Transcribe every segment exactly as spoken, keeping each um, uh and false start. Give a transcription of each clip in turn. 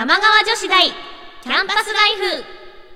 玉川女子大キャンパスライフ。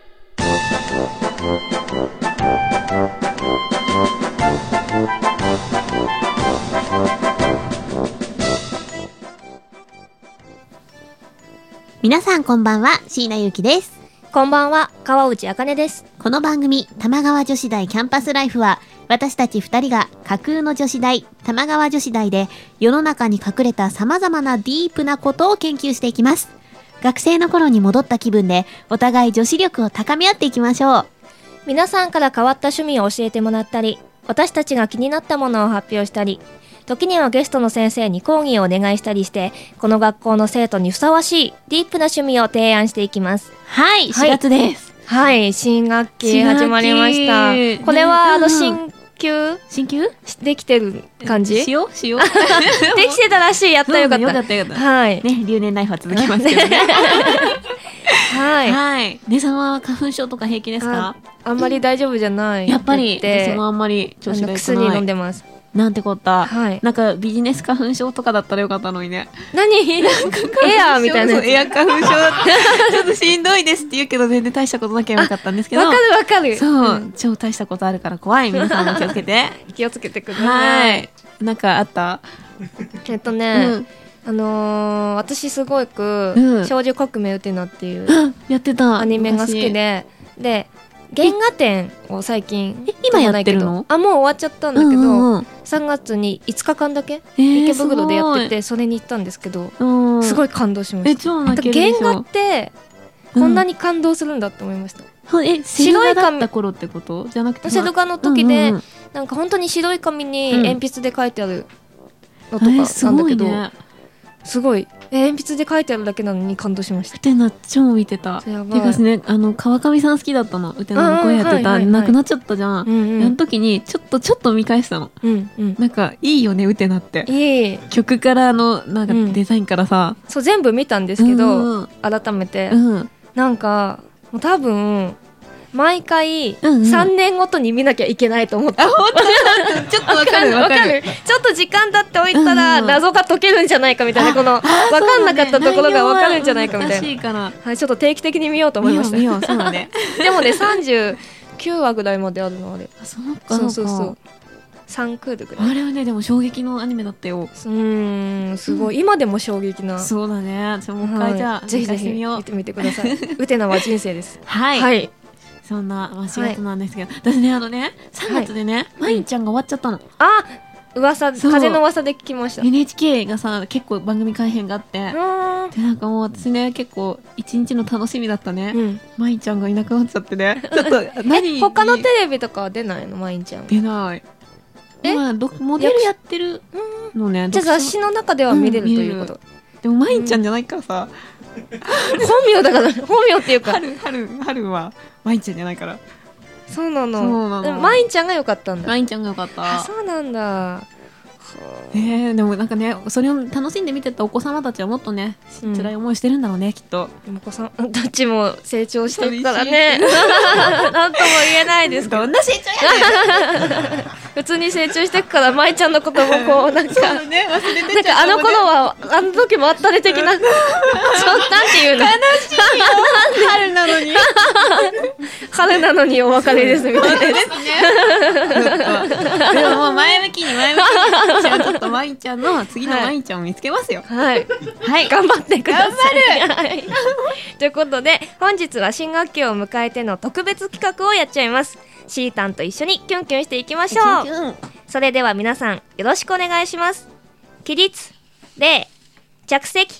皆さんこんばんは、椎名ゆうきです。 こんばんは、川内あかねです。 この番組玉川女子大キャンパスライフは、私たち二人が架空の女子大玉川女子大で世の中に隠れた様々なディープなことを研究していきます。学生の頃に戻った気分でお互い女子力を高め合っていきましょう。 皆さんから変わった趣味を教えてもらったり、私たちが気になったものを発表したり、時にはゲストの先生に講義をお願いしたりして、この学校の生徒にふさわしいディープな趣味を提案していきます。 はい、しがつです。 はい、新学期始まりました。これはあの新級新級できてる感じ？ しようしようできてたらしい。やったよかった。 よかったよかった。 はいね、留年ライフは続きますけどね。 はいはい。で、そのまま花粉症とか平気ですか？ あんまり大丈夫じゃない。 やっぱりそのあんまり調子が良くない。 薬飲んでます。 なんてこった、 はい、 なんかビジネス花粉症とかだったらよかったのにね。 何エアーみたいなやつ。 エア花粉症だったちょっとしんどいですって言うけど全然大したことなきゃよかったんですけど。 わかるわかる。 そう、うん、超大したことあるから怖い。皆さんも気をつけて気をつけてください。 はい。なんかあったえっとね、うん、あのー、私すごく、うん、少女革命ウテナっていうやってたアニメが好きで、で原画展を最近今やってるの？ あ、もう終わっちゃったんだけど、うんうん、さんがつにいつかかんだけ、えー、池袋でやってて、それに行ったんですけど、すごい感動しました。 え、超泣けるでしょ。 原画ってこんなに感動するんだって思いました、 うん、え、白い紙だった頃ってことじゃなくて、 セド画の時で、うんうんうん、なんか本当に白い紙に鉛筆で書いてあるのとかなんだけど、うん、えー、すごいね。すごい、えー、鉛筆で書いてあるだけなのに感動しました。 ウテナ超見てた。てかね、あの川上さん好きだったの。ウテナの声やってた、はいはいはい、亡くなっちゃったじゃん、うんうん、あの時にちょっとちょっと見返したの、うんうん、なんかいいよねウテナって。いい曲からのなんかデザインからさ、 うん、そう全部見たんですけど、うんうん、改めて、うん、なんかもう多分毎回さんねんごとに見なきゃいけないと思って、うんうん、あ、本当ちょっとわかるわかる。ちょっと時間経っておいたら謎が解けるんじゃないかみたいな、このわかんなかったところがわかるんじゃないかみたいな、はい、ちょっと定期的に見ようと思いました。 見よう見よう、そうだね。 でもねさんじゅうきゅうわぐらいまであるのあれ。 あ、そうか、 そうそうそう、さんクールぐらい。 あれはねでも衝撃のアニメだったよ。うーん、すごい、うん、今でも衝撃な。 そうだね。じゃあもう一回、はい、じゃあぜひぜひ見てみてください。ウテナは人生です。 はい、 はい、 そんな、まあ、しがつなんですけど、はい、私ねあのねさんがつでね、はい、マインちゃんが終わっちゃったの。 あ、噂、風の噂で聞きました。 エヌエイチケー がさ結構番組改編があって、でなんかもう私ね結構一日の楽しみだったね、うん、マインちゃんがいなくなっちゃってねちょっと何他のテレビとかは出ないの？マインちゃん出ない。今モデルやってるのね。 じゃあ雑誌の中では見れるということ、うん、 でもマインちゃんじゃないからさ、 うん、本名だから本名っていうか春春春はマインちゃんじゃないから。 そうなの。そうなの。マインちゃんが良かったんだ。 マインちゃんが良かった。 あ、そうなんだ。 えー、でもなんかねそれを楽しんで見てたお子様たちはもっとね、うん、辛い思いしてるんだろうねきっと。 でもお子さんたちも成長してるからねなんとも言えないですけど。 どんな成長やねん普通に成長していくから舞ちゃんのこともこうなんかそうだ、ね、忘れてちゃう、 なんかあの頃はあの時もあったね的なそうなんていうの悲しいよ春なのに春なのにお別れですみたいなですねでももう前向きに前向きにじゃあちょっと舞ちゃんの次の舞ちゃんを見つけますよ。 はい、はい、頑張ってください。頑張る、はい、ということで本日は新学期を迎えての特別企画をやっちゃいます。シータンと一緒にキュンキュンしていきましょう。キュンキュン。それでは皆さんよろしくお願いします。起立、礼、着席。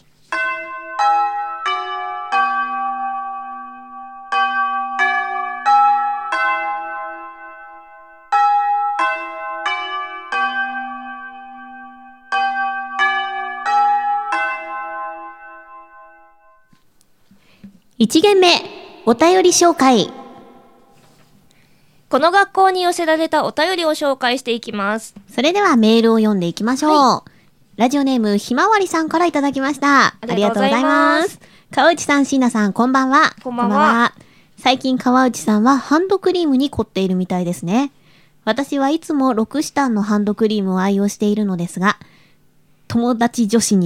いち限目、お便り紹介。 この学校に寄せられたお便りを紹介していきます。 それではメールを読んでいきましょう。はい、ラジオネームひまわりさんからいただきました。ありがとうございます。川内さん、椎名さん、こんばんは。 こんばんは。こんばんは。 最近川内さんはハンドクリームに凝っているみたいですね。私はいつもロクシタンのハンドクリームを愛用しているのですが、友達女子に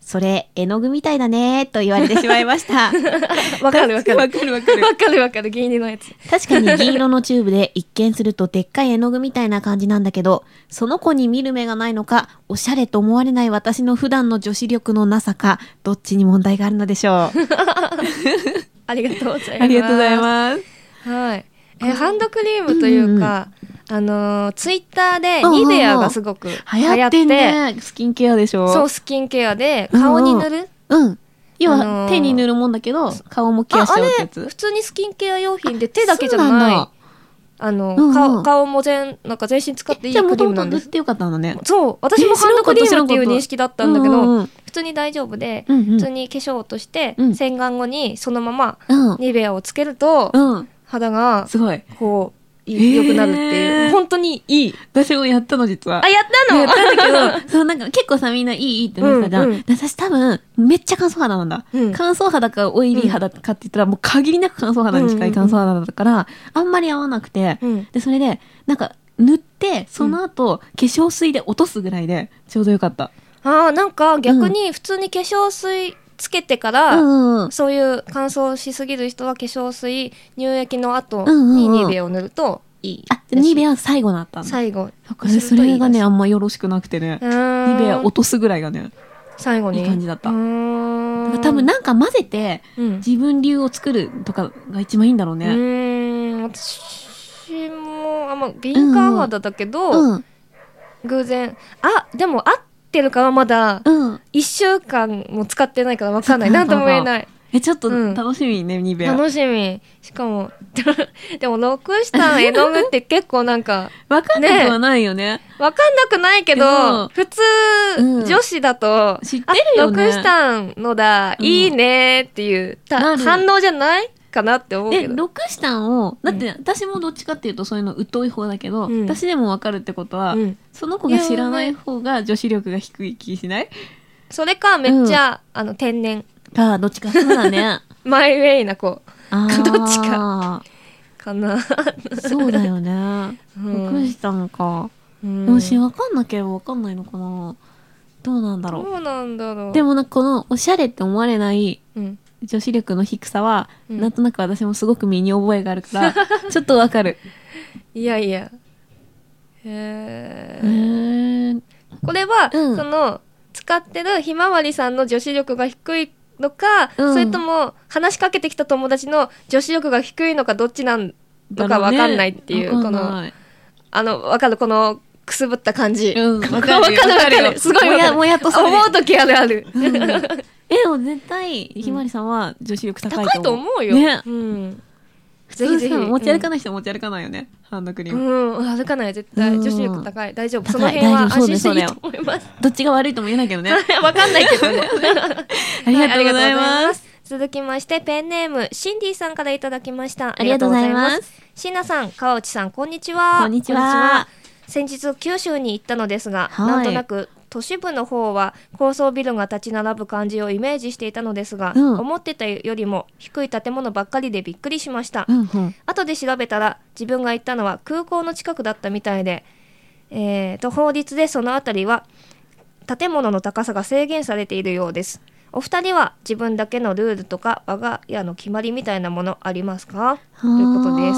それ絵の具みたいだねと言われてしまいました。 わかるわかる。 わかるわかる。 わかるわかる、銀色のやつ。 確かに銀色のチューブで一見するとでっかい絵の具みたいな感じなんだけど、その子に見る目がないのか、おしゃれと思われない私の普段の女子力のなさか、どっちに問題があるのでしょう。 ありがとうございます。 ありがとうございます。 はい。え、ハンドクリームというか、うんうん、あのー、ツイッターでニベアがすごく流行って、 流行ってね、スキンケアでしょ。 そう、スキンケアで顔に塗る、 うん、うん。要は、あのー、手に塗るもんだけど、顔もケアしちゃうってやつ。 あれ、普通にスキンケア用品で手だけじゃない。あの、うんうん、顔、顔も全、なんか全身使っていいクリームなんです。 塗ってよかったんだね。 そう。私もハンドクリームっていう認識だったんだけど、うんうん、普通に大丈夫で、うんうん、普通に化粧として、うん、洗顔後にそのまま、ニベアをつけると、うん、肌が、 すごい。 こう、良くなるっていう。本当にいい。 私もやったの、実は。 あ、やったのやったんだけど、そう、なんか結構さ、みんないい、いいってなってたじゃん。うんうん、私多分、めっちゃ乾燥肌なんだ。うん、乾燥肌かオイリー肌かって言ったら、もう限りなく乾燥肌に近い乾燥肌だったから、うんうんうん、あんまり合わなくて、うん、で、それで、なんか、塗って、その後、化粧水で落とすぐらいで、ちょうどよかった。 ああ、なんか逆に普通に化粧水、つけてから、うんうん、そういう乾燥しすぎる人は化粧水、乳液の後にニベアを塗るといい。うんうんうん、 あ、ニベアは最後だったんだ。 最後。 それがね、あんまよろしくなくてね。ニベア落とすぐらいがね、 最後にいい感じだった。うーん、多分なんか混ぜて、うん、自分流を作るとかが一番いいんだろうね。うーん、私も、あんま敏感肌だけど、うんうん、偶然、あ、でもあってるかはまだ、うん、いっしゅうかんも使ってないから分かんない。なんとも言えない。 え、ちょっと楽しみね、うん、ニベア。 楽しみ。しかも、でも、ロックスタン絵の具って結構なんか、 分かんなくはないよね。 分かんなくないけど、普通、うん、女子だと、 知ってるよね。 ロックスタンのだ、うん、いいねっていう反応じゃないかなって思うけど。 で、ロクシタンを、だって、私もどっちかっていうとそういうの疎い方だけど、うん、私でも分かるってことは、うん、その子が知らない方が女子力が低い気しない？ それか、めっちゃ、うん、あの、天然。 か、どっちかそうだね。 マイウェイな子。どっちか。かな。 そうだよね。ロクシタンか。もし分かんなければ分かんないのかな。どうなんだろう。 どうなんだろう。 でもなんかこの、おしゃれって思われない、うん女子力の低さは、うん、なんとなく私もすごく身に覚えがあるからちょっとわかる。 いやいやへーこれは、うん、その使ってるひまわりさんの女子力が低いのか、うん、それとも話しかけてきた友達の女子力が低いのかどっちなんのかわかんないっていう、ね、このあのわかるこのくすぶった感じ。うん、わかるわかるわかる。すごいわかる。もやっと思うときあるある。うんえ、でも絶対、ひまわりさんは女子力高いと思う。 高いと思うよ。ね。うん。 ぜひぜひ。持ち歩かない人は持ち歩かないよね。ハンドクリーム。 うん、歩かない、絶対。女子力高い。大丈夫。その辺は安心していいと思います。 どっちが悪いとも言えないけどね。 わかんないけどね。 ありがとうございます。 続きまして、ペンネーム、シンディさんからいただきました。 ありがとうございます。 シナさん、川内さん、こんにちは。 こんにちは。 先日、九州に行ったのですが、なんとなく、都市部の方は高層ビルが立ち並ぶ感じをイメージしていたのですが、うん、思ってたよりも低い建物ばっかりでびっくりしました、うんうん、後で調べたら自分が行ったのは空港の近くだったみたいで、えー、と法律でそのあたりは建物の高さが制限されているようです。お二人は自分だけのルールとか我が家の決まりみたいなものありますかということです。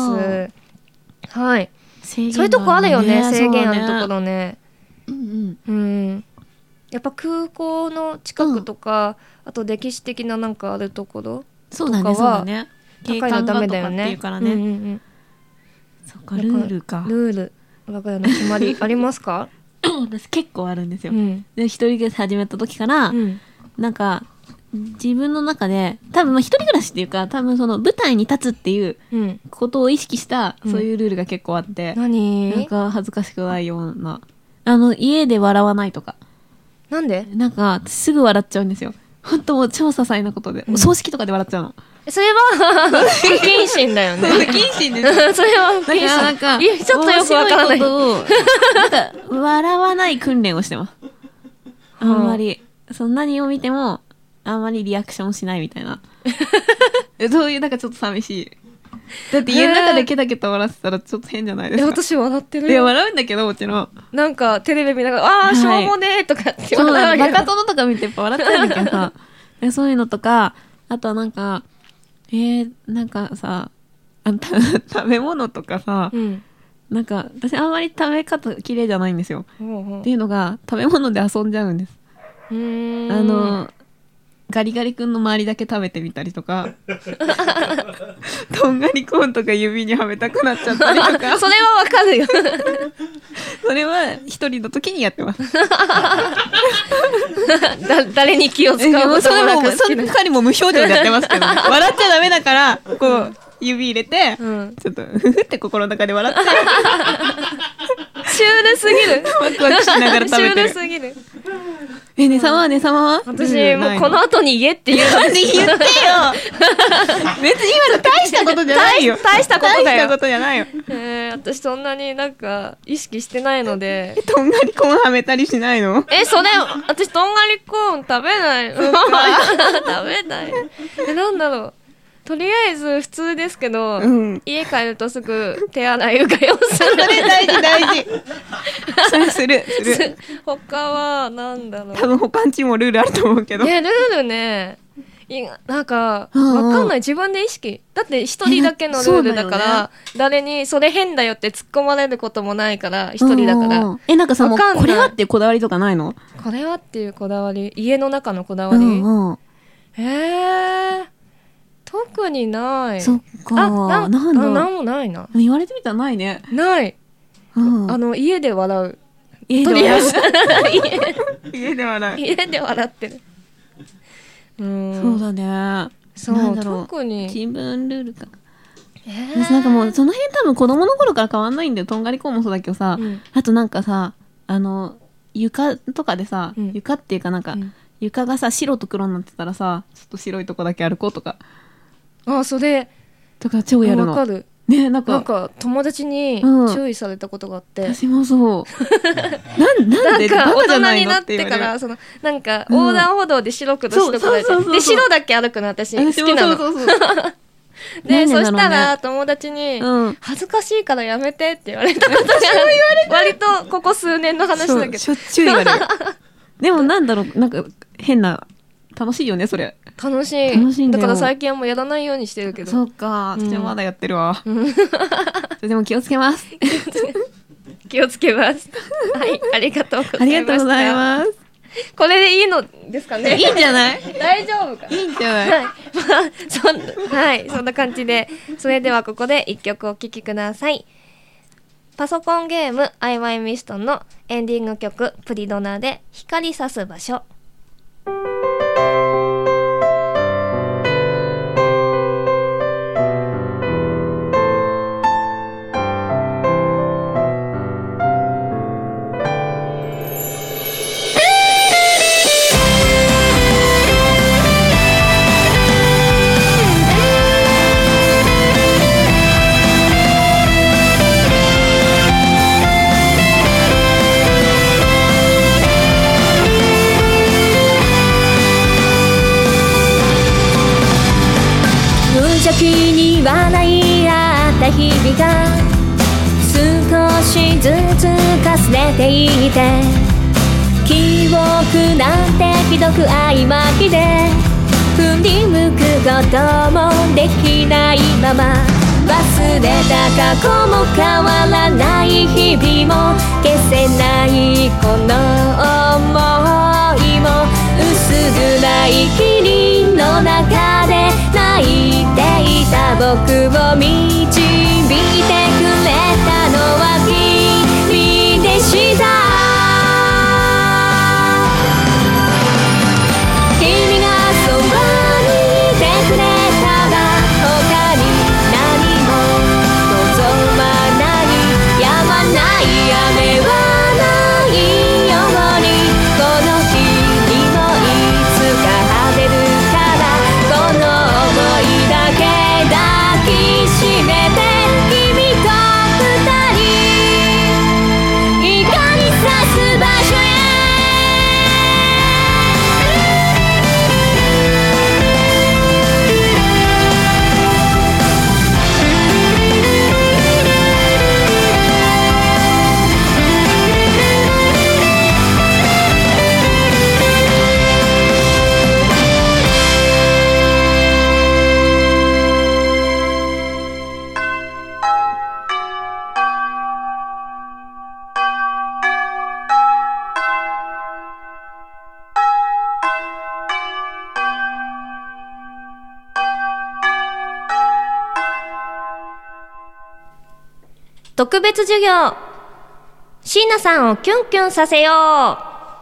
はい、そういうとこあるよね、制限あるところね。うんうん、やっぱ空港の近くとか、うん、あと歴史的ななんかあるところとかは高いのダメだよね。 そうか、ルールか。 ルール、我が家の決まりありますか？ 私結構あるんですよ。うん、で一人暮らし始めた時から、うん、なんか自分の中で多分まあ一人暮らしっていうか多分その舞台に立つっていうことを意識した、うん、そういうルールが結構あって、 うん、何？ なんか恥ずかしくないような。あの、家で笑わないとか。 なんで？ なんか、すぐ笑っちゃうんですよ。ほんともう超些細なことで。うん、葬式とかで笑っちゃうの。 それは、不謹慎だよね。 不謹慎です。 それは不謹慎。 なんか、 いや、ちょっとよくわからない。 なんか、笑わない訓練をしてます。あんまり、その何を見ても、あんまりリアクションしないみたいな。そういう、なんかちょっと寂しい。 だって家の中でケタケタ笑ってたらちょっと変じゃないですか。 私笑ってる。 いや笑うんだけどもちろん。 なんかテレビ見ながらああ、はい、しょうもねーとかって笑うわけ。 バカ殿とか見てやっぱ笑っちゃうんだけどさそういうのとか、あとはなんかえー、なんかさあた食べ物とかさ、うん、なんか私あんまり食べ方綺麗じゃないんですよ、うんうん、っていうのが食べ物で遊んじゃうんです。うーん、あのガリガリ君の周りだけ食べてみたりとかとんがりコーンとか指にはめたくなっちゃったりとかそれはわかるよそれは一人の時にやってますだ誰に気を使うこともなく好きな、 そのも無表情でやってますけど笑っちゃダメだからこう指入れて、うん、ちょっとふふって心の中で笑ってシュールすぎるワクワクしながら食べてる。 シュールすぎる。 え、ねさまはねさまは私もうこの後に言えって言うのに言ってよ別に今の大したことじゃないよ大したことだよ大したことじゃないよ。 えー、私そんなになんか意識してないので。 え、とんがりコーンはめたりしないの？ え、それ私とんがりコーン食べない食べないえ、なんだろう、とりあえず普通ですけど、うん、家帰るとすぐ手洗いうがいをする。 それ大事大事それするする他はなんだろう、 多分他んちもルールあると思うけど。 ね、ルールね、いなんかわかんない、自分で意識だって一人だけのルールだから、ね、誰にそれ変だよって突っ込まれることもないから一人だから。 え、なんかさ、もうこれはっていうこだわりとかないの？ これはっていうこだわり、家の中のこだわり、うんうん、えー特にない。 そっか。あ、 な、なんだ。なんもないな。 言われてみたらないね。 ない。うん、あの家で笑う。 家で笑う。家で笑う。 家で笑ってる。 うん。そうだね。 そう。なんだろう、特に自分ルールか。えー、私なんかもうその辺多分子供の頃から変わんないんだよ。とんがりコーンもそうだけどさ、うん、あとなんかさ、あの床とかでさ、うん、床っていうかなんか、うん、床がさ白と黒になってたらさ、ちょっと白いとこだけ歩こうとか。 あ、それとか超やるの。 わかるね、なんかなんか友達に注意されたことがあって、 うん、私もそうなんなんでなんか大人になってからそのなんか横断歩道で白黒白黒でで白だけ歩くの私好きなの。そうそうそうそうで、そしたら友達に、うん、恥ずかしいからやめてって言われたことが割とここ数年の話だけどしょっちゅう言われるでもなんだろう、なんか変な楽しいよねそれ。 楽しい。楽しいんだよ。だから最近はもうやらないようにしてるけど。 そっか、私もまだやってるわ、うん、でも気をつけます気をつけますはい、ありがとうございました。 ありがとうございます。 これでいいのですかね。 いいんじゃない大丈夫かいいんじゃない、 はい、まあ、そんはい、そんな感じで、それではここで一曲お聴きください。パソコンゲーム アイワイ ミストのエンディング曲プリドナで光さす場所。 気に笑い合った日々が少しずつかすれていて、記憶なんてひどく曖昧で振り向くこともできないまま、忘れた過去も変わらない日々も消せないこの想いも、薄暗い霧の中で泣いていた僕を導いてくれたのは君でした。君がそばにいてくれたら他に何も望まない、やまない雨はないように、この日にもいつか晴れるから、この想いだけ抱きしめて特別授業。椎名さんをキュンキュンさせよ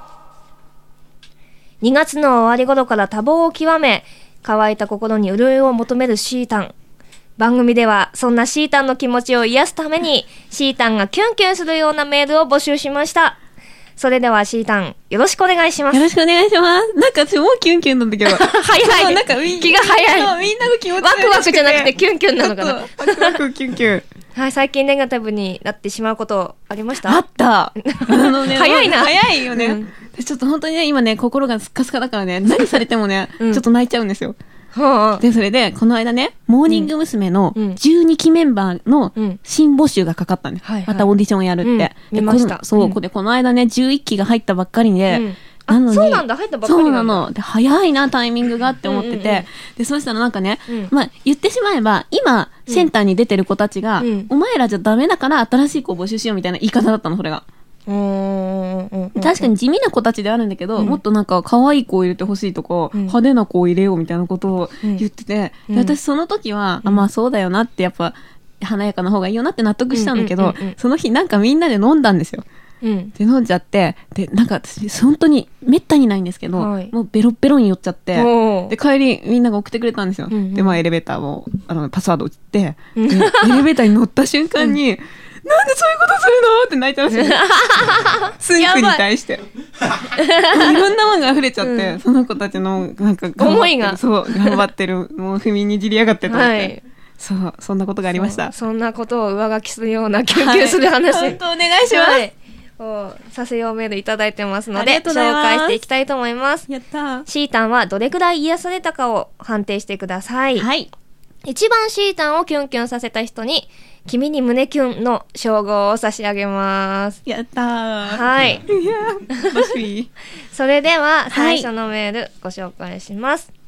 う。にがつの終わり頃から多忙を極め、乾いた心に潤いを求めるシータン。番組ではそんなシータンの気持ちを癒すために、シータンがキュンキュンするようなメールを募集しました。それではシータン、よろしくお願いします。 よろしくお願いします。なんか私もうキュンキュンなんだけど。 早い。 なんか気が早い。みんなの気持ちワクワクじゃなくてキュンキュンなのかな。 ワクワクキュンキュン。 はい、最近ネガティブになってしまうことありました？ あった。あのね、 早いな。 早いよね、うん。ちょっと本当にね、今ね、心がスッカスカだからね、何されてもね、うん、ちょっと泣いちゃうんですよ。はあ、で、それで、この間ね、モーニング娘。のじゅうにきメンバーの新募集がかかったんです。うんはいはい、またオーディションをやるって。うん、 見ました。 そう、うん、で、この間ね、じゅういっきが入ったばっかりで、うんなのにそうなんだ、入ったばっかりなんだ。 そうなの。で、早いな、タイミングがって思ってて。うんうんうん、で、そうしたらなんかね、うん、まあ、言ってしまえば、今、センターに出てる子たちが、うん、お前らじゃダメだから新しい子を募集しようみたいな言い方だったの、それが。うーん確かに地味な子たちであるんだけど、うん、もっとなんか可愛い子を入れてほしいとか、うん、派手な子を入れようみたいなことを言ってて、うん、で私その時は、うん、あまあそうだよなってやっぱ華やかな方がいいよなって納得したんだけど、うんうんうんうん、その日なんかみんなで飲んだんですよ。うん、で飲んじゃってでなんか私本当にめったにないんですけど、はい、もうベロッベロに酔っちゃってで帰りみんなが送ってくれたんですよ、うんうん、でまあエレベーターもあのパスワード打って、うん、エレベーターに乗った瞬間に、うん、なんでそういうことするのって泣いたらしいスンクに対していろんなものが溢れちゃって、うん、その子たちのなんか思いがそう頑張ってるもう踏みにじりやがってと思って、はいそうそんなことがありました。 そ, そんなことを上書きするようなキュンキュンする話、 はい、本当お願いします、はいをさせようメールいただいてますので紹介していきたいと思います。 やったシータンはどれくらい癒されたかを判定してください。 はい。 一番シータンをキュンキュンさせた人に君に胸キュンの称号を差し上げます。 やったー。 はいいや欲しいそれでは最初のメールご紹介します、はい、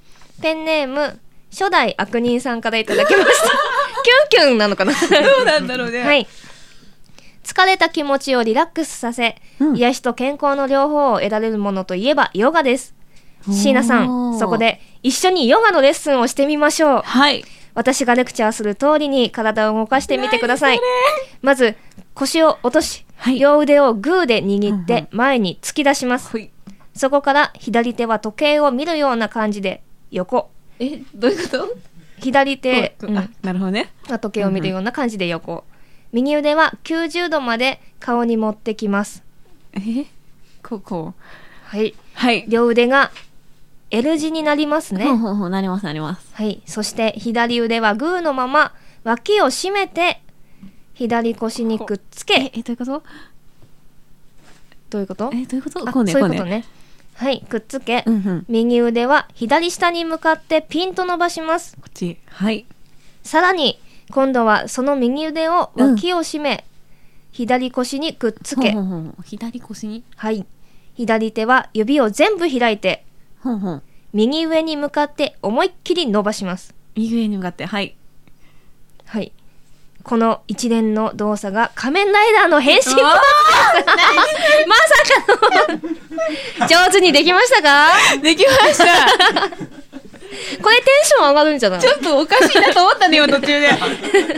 ペンネーム初代悪人さんからいただきましたキュンキュンなのかなどうなんだろうね。 はい。疲れた気持ちをリラックスさせ、うん、癒しと健康の両方を得られるものといえばヨガです。椎名さん、そこで一緒にヨガのレッスンをしてみましょう。 はい。 私がレクチャーする通りに体を動かしてみてください。まず腰を落とし、はい、両腕をグーで握って前に突き出します、うんうん、そこから左手は時計を見るような感じで横。 え、どういうこと？ 左手、 うん、あ、なるほどね。 時計を見るような感じで横、うんうん、右腕はきゅうじゅうどまで顔に持ってきます。 え、ここ。 はい。 はい。 両腕が L 字になりますね。 ほうほうほう、なりますなります。 はい。そして左腕はグーのまま脇を締めて左腰にくっつけ。 え、えどういうこと？ どういうこと？ え、どういうこと？ こうね、そういうことね。はい、くっつけ、うんうん、右腕は左下に向かってピンと伸ばします。 こっち。はい。 さらに今度はその右腕を脇を締め、うん、左腰にくっつけ、 ほうほうほう、左腰に、 はい、左手は指を全部開いて、 ほうほう、 右上に向かって思いっきり伸ばします。 右上に向かって、はいはい。この一連の動作が仮面ライダーの変身のまさかの上手にできましたか？ できましたこれテンション上がるんじゃない？ ちょっとおかしいなと思ったね今途中で最初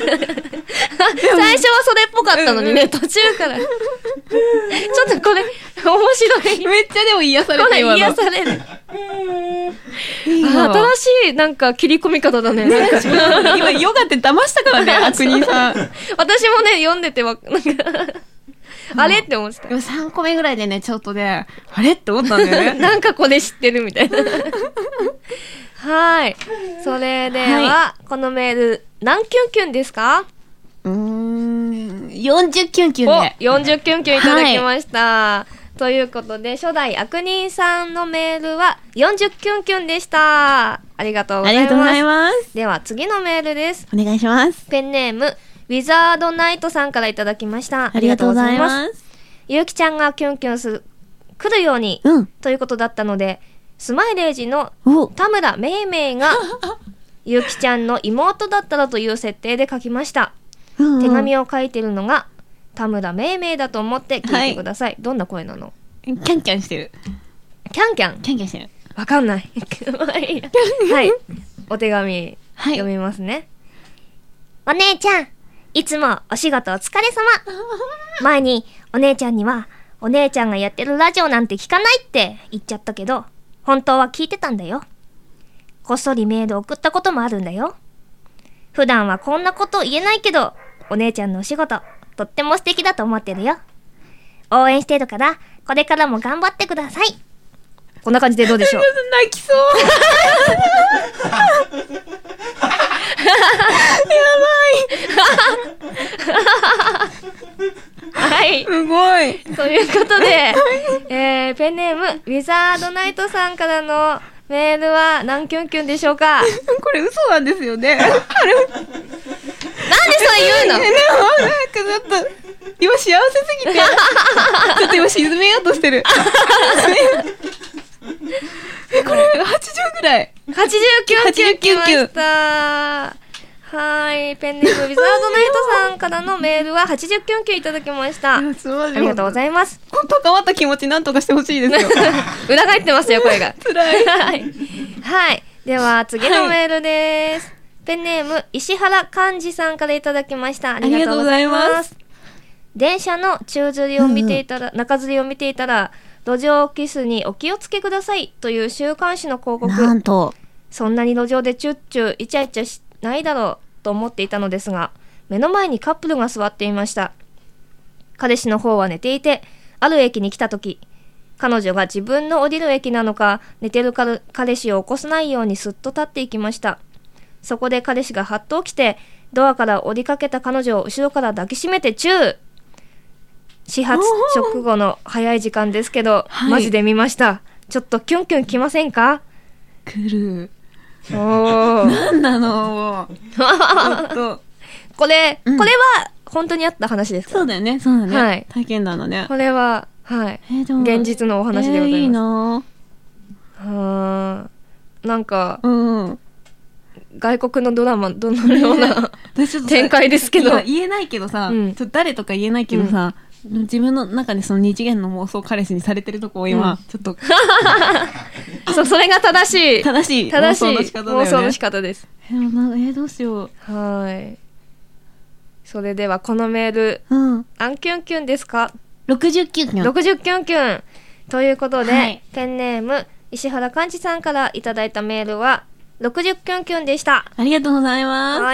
はそれっぽかったのにね、うんうん、途中からちょっとこれ面白い。 めっちゃでも癒されて、 これ癒される新しいなんか切り込み方だね。なんか今ヨガって騙したからね悪人さん私もね読んでてわなんかあれって思ってた。 さんこめぐらいでねちょっとであれって思ったんだよねなんかこれ知ってるみたいなはい。それでは、はい、このメール何キュンキュンですか？ うーんよんじゅうキュンキュンでおよんじゅうキュンキュンいただきました、はい、ということで初代悪人さんのメールはよんじゅうキュンキュンでした。ありがとうございます。 ありがとうございます。 では次のメールです。 お願いします。 ペンネームウィザードナイトさんからいただきました。 ありがとうございます。 ゆうきちゃんがキュンキュンする来るように、うん、ということだったのでスマイレージの田村めいめいがゆうきちゃんの妹だったらという設定で書きました、うんうん、手紙を書いてるのが田村めいめいだと思って聞いてください、はい、どんな声なの？ キャンキャンしてる。 キャンキャンキャンキャンしてる。 わかんないはいお手紙、はい、読みますね。お姉ちゃんいつもお仕事お疲れ様。前にお姉ちゃんには、お姉ちゃんがやってるラジオなんて聞かないって言っちゃったけど、本当は聞いてたんだよ。こっそりメール送ったこともあるんだよ。普段はこんなこと言えないけど、お姉ちゃんのお仕事、とっても素敵だと思ってるよ。応援してるから、これからも頑張ってください。こんな感じでどうでしょう。 泣きそう。 はい。 すごい。 ということで、えー、ペンネーム、ウィザードナイトさんからのメールは何キュンキュンでしょうか。 これ嘘なんですよね。 なんでそれ言うの？ なんかちょっと、今幸せすぎて、ちょっと今沈めようとしてる。え、これはちじゅうぐらい。 はちじゅうきゅうキュン来ました。はい。ペンネーム、ウィザードナイトさんからのメールははちじゅうきゅんキュンいただきました。ありがとうございます。 この高まった気持ちなんとかしてほしいですよ。 裏返ってますよ、声が。 辛い。 はい。はい。では、次のメールです。はい、ペンネーム、石原寛治さんからいただきました。ありがとうございます。電車の宙吊りを見ていたら、うん、中吊りを見ていたら、路上キスにお気をつけくださいという週刊誌の広告。 なんと。 そんなに路上でチュッチュイチャイチャしないだろうと思っていたのですが、目の前にカップルが座っていました。彼氏の方は寝ていて、ある駅に来た時、彼女が自分の降りる駅なのか、寝てる彼氏を起こさないようにすっと立っていきました。そこで彼氏がはっと起きて、ドアから降りかけた彼女を後ろから抱きしめてチュー。始発直後の早い時間ですけど、はい、マジで見ました。ちょっとキュンキュン来ませんか？ 来る。 おー。 なんなのちょっと。 これ、うん、これは本当にあった話ですか？ そうだよね、そうだね。 はい。 体験談だね。 これは、はい。えー、現実のお話でございます。えー、いいなぁ。なんか、うん、外国のドラマ、どのような展開ですけど。 言えないけどさ、うん、ちょっと誰とか言えないけどさ、うん、自分の中でその二次元の妄想彼氏にされてるとこを今、うん、ちょっとそう、それが正しい正しい正しい妄想の仕方だよね。妄想の仕方です。 えー、えー、どうしよう。 はい。それではこのメール、うん、アンキュンキュンですか？ ろくじゅうきゅうキュン。 ろくじゅうきゅうキュンということで、はい、ペンネーム石原寛治さんからいただいたメールはろくじゅうきゅんキュンでした。 ありがとうございます。 はい。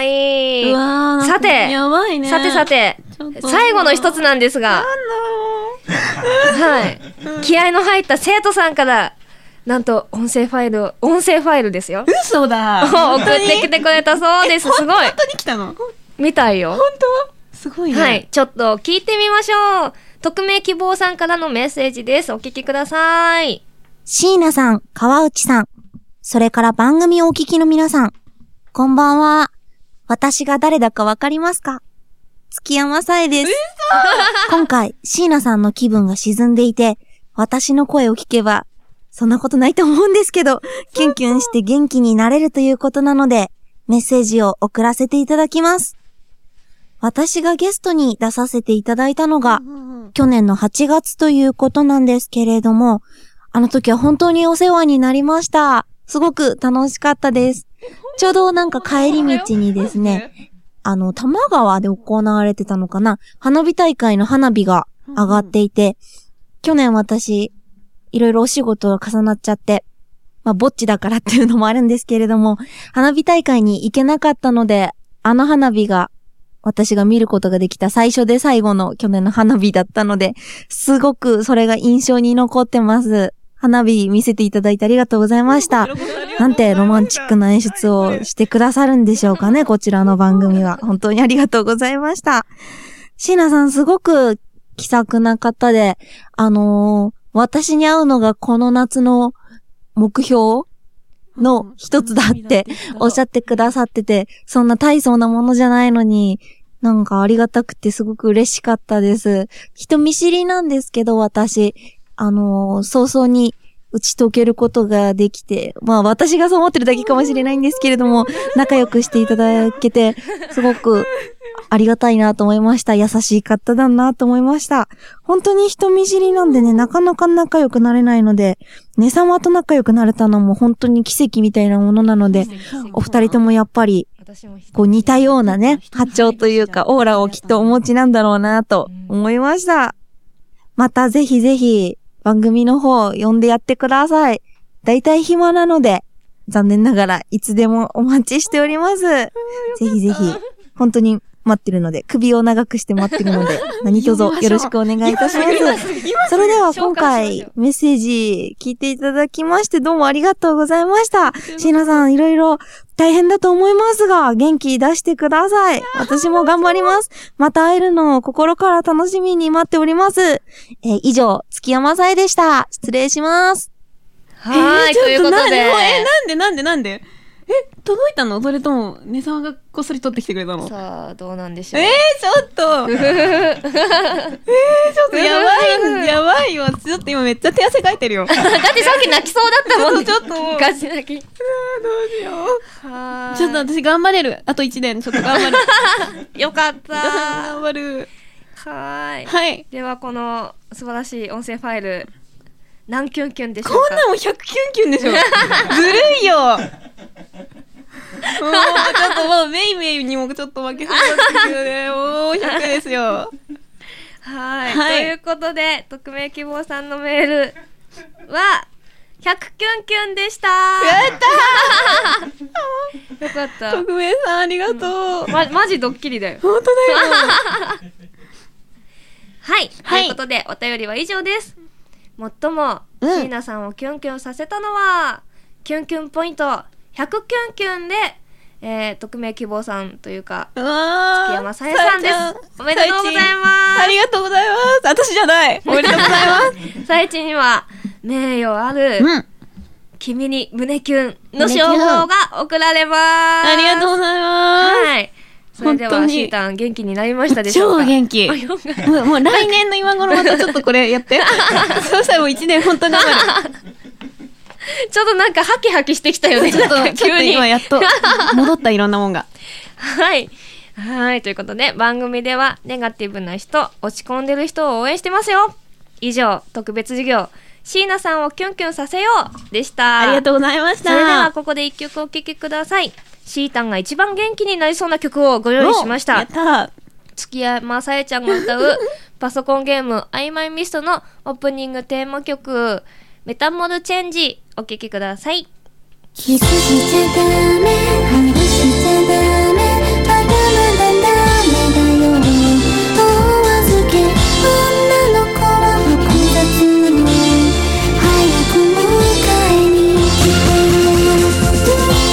うわー、 さて、 やばいね。 さてさて、最後の一つなんですが、はい。気合の入った生徒さんから、なんと音声ファイル、音声ファイルですよ。 嘘だ。 送ってきてくれたそうです。すごい。 本当に来たの？ みたいよ。 本当？すごいね。 はい。ちょっと聞いてみましょう。匿名希望さんからのメッセージです。お聞きください。 椎名さん、川内さん、それから番組をお聞きの皆さん、こんばんは。私が誰だかわかりますか？月山さえです。今回、椎名さんの気分が沈んでいて、私の声を聞けば、そんなことないと思うんですけど、キュンキュンして元気になれるということなので、メッセージを送らせていただきます。私がゲストに出させていただいたのが、去年のはちがつということなんですけれども、あの時は本当にお世話になりました。すごく楽しかったです。ちょうどなんか帰り道にですね、あの、多摩川で行われてたのかな、花火大会の花火が上がっていて、去年私、いろいろお仕事が重なっちゃって、まあ、ぼっちだからっていうのもあるんですけれども、花火大会に行けなかったので、あの花火が私が見ることができた最初で最後の去年の花火だったので、すごくそれが印象に残ってます。花火見せていただいてありがとうございました。なんてロマンチックな演出をしてくださるんでしょうかね、こちらの番組は。本当にありがとうございました。椎名さんすごく気さくな方で、あのー、私に会うのがこの夏の目標の一つだっておっしゃってくださってて、そんな大層なものじゃないのに、なんかありがたくてすごく嬉しかったです。人見知りなんですけど、私、あのー、早々に打ち解けることができて、まあ私がそう思ってるだけかもしれないんですけれども、仲良くしていただけて、すごくありがたいなと思いました。優しい方だなと思いました。本当に人見知りなんでね、なかなか仲良くなれないので、ね様と仲良くなれたのも本当に奇跡みたいなものなので、お二人ともやっぱり、こう似たようなね、波長というか、オーラをきっとお持ちなんだろうなと思いました。またぜひぜひ、番組の方呼んでやってください。だいたい暇なので、残念ながらいつでもお待ちしております。ぜひぜひ、本当に待ってるので、首を長くして待ってるので、何卒よろしくお願いいたします。それでは今回メッセージ聞いていただきましてどうもありがとうございました。椎名さんいろいろ大変だと思いますが、元気出してください。私も頑張ります。また会えるのを心から楽しみに待っております。えー、以上、月山さえでした。失礼します。 はい、えー、ということで。 え、なんでなんでなんでえ、届いたの？それとも、ねさまがこっそり取ってきてくれたの？ さあ、どうなんでしょう。 えー、ちょっとえー、ちょっとやばい、やばいよ。ちょっと今めっちゃ手汗かいてるよ。 だってさっき泣きそうだったもんね。 ちょっと、ちょっと。 ガチ泣き。 どうしよう。 はーい。 ちょっと私頑張れる。あといちねん、ちょっと頑張る。 よかったー。 頑張る。 はーい。 はい。 では、この素晴らしい音声ファイル、何キュンキュンでしょうか？ こんなもんひゃくキュンキュンでしょ。ずるいよ。もうちょっともうメイメイにもちょっと負けそうなんですけどね。もうひゃくですよ。 はい、はい。ということで、匿名希望さんのメールは、ひゃくキュンキュンでした。 やったーよかった。 匿名さんありがとう。 うん、ま、マジドッキリだよ。 本当だよ。 はい。ということで、お便りは以上です。最も、椎名さんをキュンキュンさせたのは、キュンキュンポイント、ひゃくキュンキュンで、えー、匿名希望さんというか、月山さえさんです。おめでとうございます。 ありがとうございます。私じゃない。おめでとうございます。 さえちには、名誉ある、うん、君に胸キュンの称号が贈られます。 ありがとうございます。 はい。それでは、シータン元気になりましたでしょうか？ 超元気。もう、もう来年の今頃またちょっとこれやって。そうしたらもういちねん本当頑張る。 ちょっとなんかハキハキしてきたよね。 ちょっと急に今やっと戻ったいろんなもんが。 はい。はい。ということで、番組ではネガティブな人、落ち込んでる人を応援してますよ。以上、特別授業、椎名さんをキュンキュンさせようでした。 ありがとうございました。 それではここで一曲お聴きください。シータンが一番元気になりそうな曲をご用意しました。 やったー。 月山さえちゃんが歌うパソコンゲーム I My Mist のオープニングテーマ曲メタモルチェンジお聴きください。 キスしちゃダメ、ハグしちゃダメ、まだまだダメだよ。お預け女の子は複雑なの、早く迎えに来て。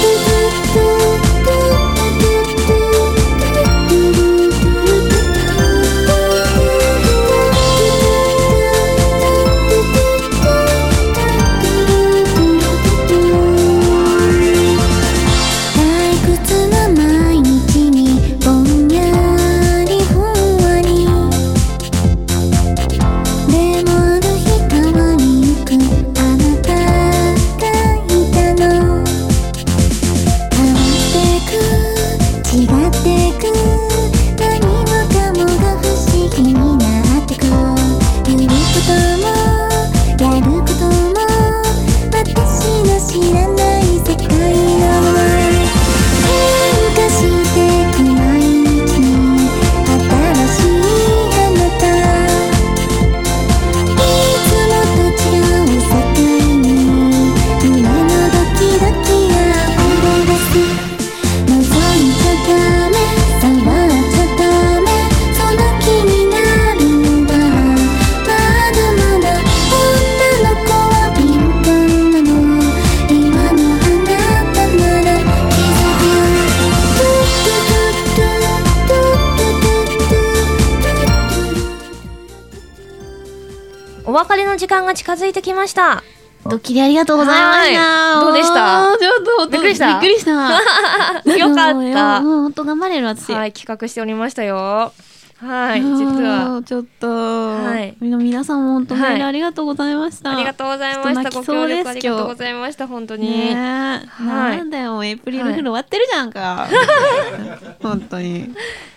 お別れの時間が近づいてきました。 ドッキリありがとうございました。 どうでした？ ちょっとびっくりした。 びっくりした。 よかった。 もう本当頑張れる私。 はい、企画しておりましたよ。はい、実はちょっと、 はい、 皆さんも本当メールありがとうございました。 ありがとうございました。ご協力ありがとうございました。本当に。 ね、はい、なんだよ、エイプリルフール終わってるじゃんか。本当に。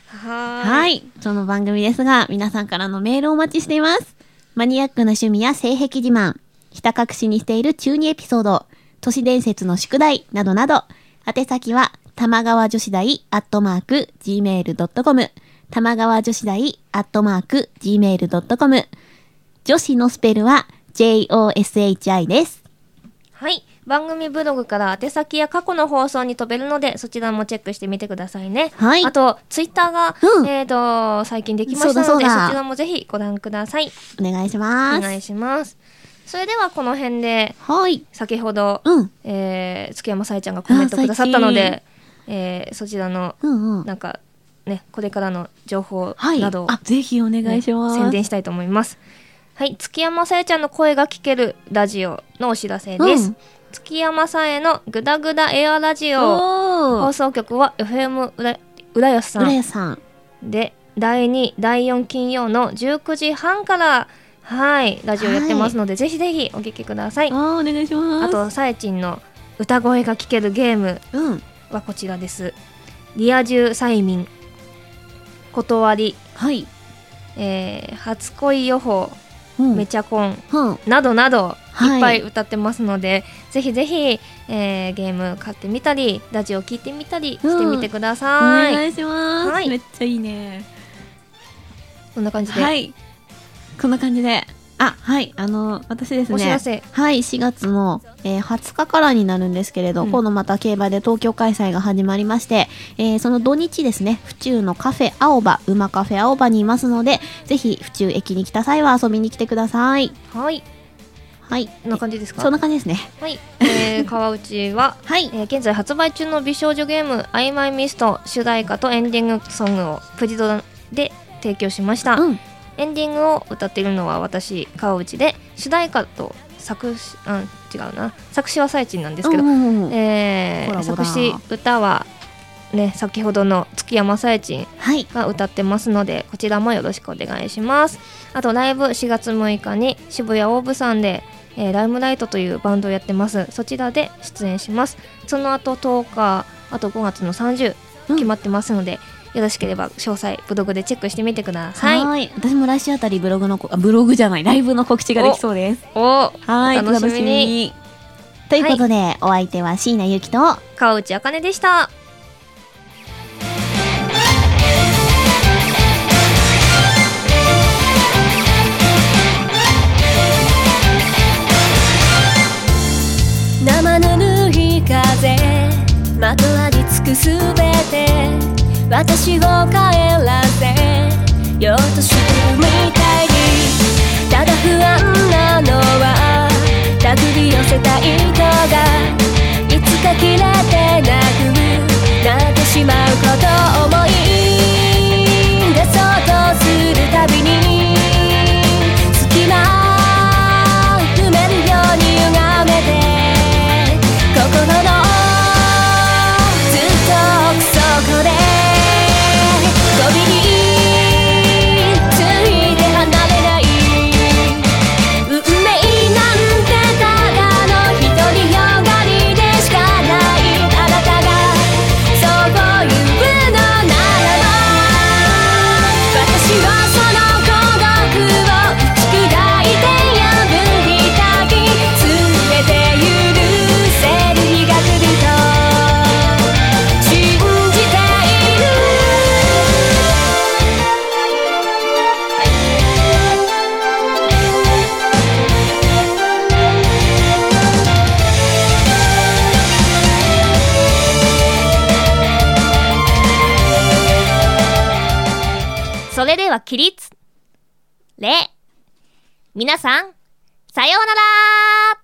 はーい。はい。その番組ですが、皆さんからのメールをお待ちしています。マニアックな趣味や性癖自慢、ひた隠しにしている中二エピソード、都市伝説の宿題などなど、宛先は、玉川女子大アットマーク ジーメールドットコム 玉川女子大アットマーク ジーメールドットコム 女子のスペルは ジェイオーエスエイチアイ です。 はい。番組ブログから宛先や過去の放送に飛べるので、そちらもチェックしてみてくださいね。 はい。 あと、ツイッターが、うん、えっと、最近できましたので、そ, そちらもぜひご覧ください。 お願いします。 お願いします。それではこの辺で、 はい。 先ほど、 うん、 えー、月山さえちゃんがコメントくださったので、えー、そちらの、 うんうん、 なんか、ね、これからの情報などを、 はい、あ、ぜひお願いします、 ね。宣伝したいと思います。はい。月山さえちゃんの声が聞けるラジオのお知らせです。うん、月山さえのグダグダエアラジオ。放送局は エフエム 浦安さん。 浦安さん。 で、だいに、だいよん金曜のじゅうくじはんから、はい、ラジオやってますので、はい、ぜひぜひお聞きください。 あ、お願いします。 あと、さえちんの歌声が聞けるゲームはこちらです。うん、リア充催眠、断り、 はい、 えー、初恋予報、うん、めちゃコン、 うん、 などなどいっぱい歌ってますので、はい、ぜひぜひ、えー、ゲーム買ってみたりラジオ聞いてみたりしてみてください。 うん、お願いします、 はい、 めっちゃいいね。 こんな感じで、 はい、こんな感じで、あ、はい、あの、私ですね。 お知らせ。 はい、しがつの、えー、はつかからになるんですけれど、うん、今度また競馬で東京開催が始まりまして、えー、その土日ですね、府中のカフェ青葉、馬カフェ青葉にいますので、ぜひ府中駅に来た際は遊びに来てください。 はい。はい。こんな感じですか？ そんな感じですね。 はい。えー、川内は、 はい、 えー、現在発売中の美少女ゲーム、アイマイミスト主題歌とエンディングソングをプリドラで提供しました。うん、エンディングを歌っているのは私川内で、主題歌と作詞、うん、違うな、作詞はさえちんなんですけど、えー、作詞歌はね、先ほどの月山さえちんが歌ってますので、はい、こちらもよろしくお願いします。あとライブしがつむいかに渋谷大武さんで、えー、ライムライトというバンドをやってます。そちらで出演します。その後とおか、あとごがつのさんじゅう決まってますので、うん、よろしければ詳細ブログでチェックしてみてください。 はい、私も来週あたりブログのあブログじゃないライブの告知ができそうです。 おはい、 楽しみに。 ということで、はい、お相手は椎名ゆきと川内あかねでした。 生ぬるい風まとわりつくすべて私を帰らせようとしてるみたいに、ただ不安なのは手繰り寄せた糸がいつか切れてなくなってしまうことを思い出そうとするたびに隙間埋めるように歪めて心のずっと奥底でゴミについて離れない運命なんてただの独りよがりでしかないあなたがそう言うのならば私はその孤独を打ち砕いて破りたい全て許せる日が来ると信じている。 それでは起立礼。皆さんさようなら。